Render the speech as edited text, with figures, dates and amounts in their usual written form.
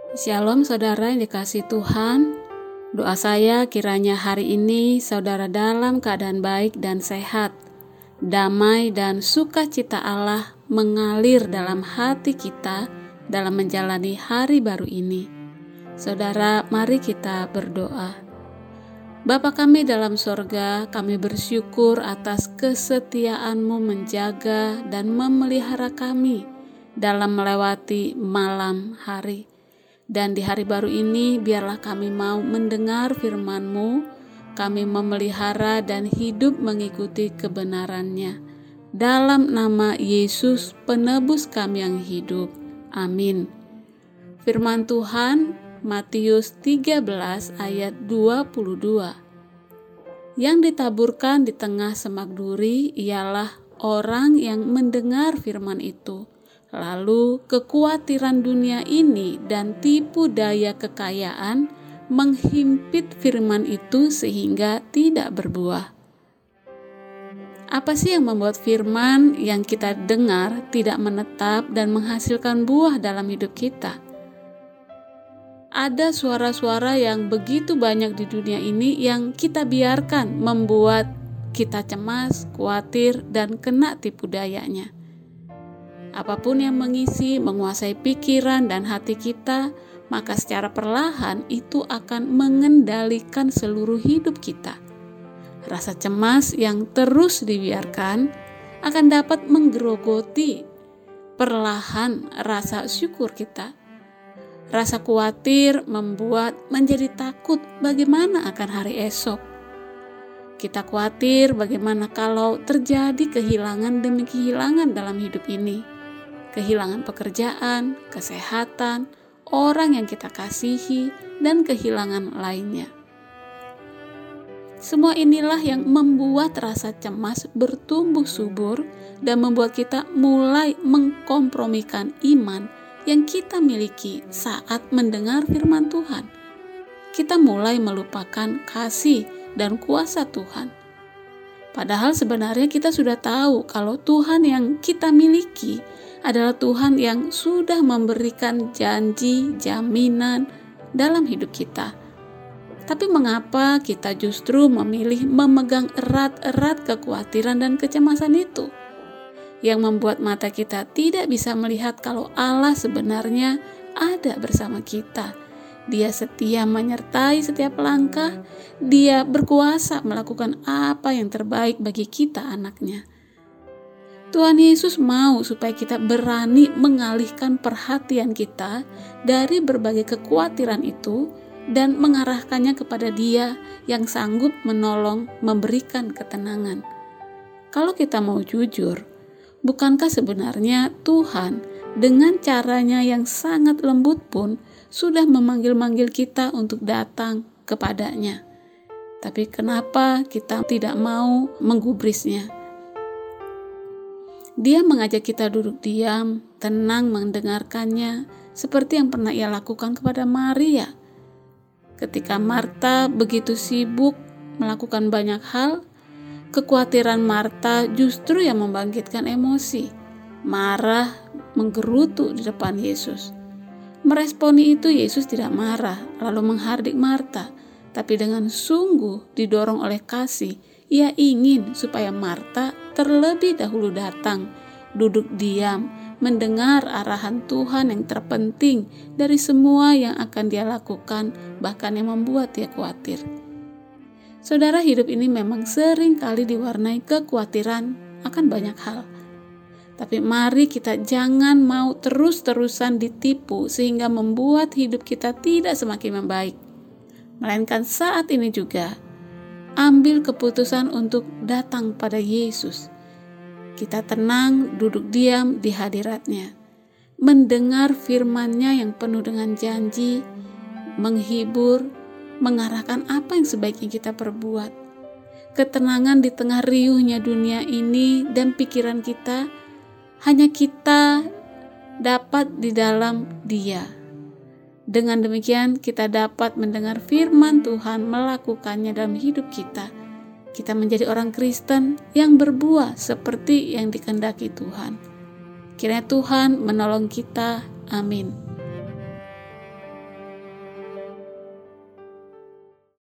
Shalom saudara yang dikasihi Tuhan. Doa saya kiranya hari ini saudara dalam keadaan baik dan sehat. Damai dan sukacita Allah mengalir dalam hati kita dalam menjalani hari baru ini. Saudara, mari kita berdoa. Bapa kami dalam sorga, kami bersyukur atas kesetiaan-Mu menjaga dan memelihara kami dalam melewati malam hari. Dan di hari baru ini biarlah kami mau mendengar firman-Mu, kami memelihara dan hidup mengikuti kebenarannya. Dalam nama Yesus penebus kami yang hidup. Amin. Firman Tuhan Matius 13 ayat 22. Yang ditaburkan di tengah semak duri ialah orang yang mendengar firman itu. Lalu kekhawatiran dunia ini dan tipu daya kekayaan menghimpit firman itu sehingga tidak berbuah. Apa sih yang membuat firman yang kita dengar tidak menetap dan menghasilkan buah dalam hidup kita? Ada suara-suara yang begitu banyak di dunia ini yang kita biarkan membuat kita cemas, khawatir, dan kena tipu dayanya. Apapun yang menguasai pikiran dan hati kita, maka secara perlahan itu akan mengendalikan seluruh hidup kita. Rasa cemas yang terus dibiarkan akan dapat menggerogoti perlahan rasa syukur kita. Rasa khawatir membuat menjadi takut bagaimana akan hari esok. Kita khawatir bagaimana kalau terjadi kehilangan demi kehilangan dalam hidup ini. Kehilangan pekerjaan, kesehatan, orang yang kita kasihi, dan kehilangan lainnya. Semua inilah yang membuat rasa cemas bertumbuh subur dan membuat kita mulai mengkompromikan iman yang kita miliki saat mendengar firman Tuhan. Kita mulai melupakan kasih dan kuasa Tuhan. Padahal sebenarnya kita sudah tahu kalau Tuhan yang kita miliki adalah Tuhan yang sudah memberikan janji, jaminan dalam hidup kita. Tapi mengapa kita justru memilih memegang erat-erat kekhawatiran dan kecemasan itu? Yang membuat mata kita tidak bisa melihat kalau Allah sebenarnya ada bersama kita. Dia setia menyertai setiap langkah. Dia berkuasa melakukan apa yang terbaik bagi kita anaknya. Tuhan Yesus mau supaya kita berani mengalihkan perhatian kita dari berbagai kekhawatiran itu dan mengarahkannya kepada Dia yang sanggup menolong, memberikan ketenangan. Kalau kita mau jujur, bukankah sebenarnya Tuhan dengan caranya yang sangat lembut pun sudah memanggil-manggil kita untuk datang kepadanya? Tapi kenapa kita tidak mau menggubrisnya? Dia mengajak kita duduk diam, tenang mendengarkannya, seperti yang pernah Ia lakukan kepada Maria. Ketika Marta begitu sibuk melakukan banyak hal, kekhawatiran Marta justru yang membangkitkan emosi, marah, menggerutu di depan Yesus. Meresponi itu Yesus tidak marah, lalu menghardik Marta, tapi dengan sungguh didorong oleh kasih, Ia ingin supaya Marta terlebih dahulu datang, duduk diam, mendengar arahan Tuhan yang terpenting dari semua yang akan Dia lakukan, bahkan yang membuat Dia khawatir. Saudara, hidup ini memang sering kali diwarnai kekhawatiran akan banyak hal. Tapi mari kita jangan mau terus-terusan ditipu sehingga membuat hidup kita tidak semakin membaik. Melainkan saat ini juga, ambil keputusan untuk datang pada Yesus. Kita tenang, duduk diam di hadirat-Nya, mendengar firman-Nya yang penuh dengan janji, menghibur, mengarahkan apa yang sebaiknya kita perbuat. Ketenangan di tengah riuhnya dunia ini dan pikiran kita, hanya kita dapat di dalam Dia. Dengan demikian kita dapat mendengar firman Tuhan, melakukannya dalam hidup kita. Kita menjadi orang Kristen yang berbuah seperti yang dikehendaki Tuhan. Kiranya Tuhan menolong kita. Amin.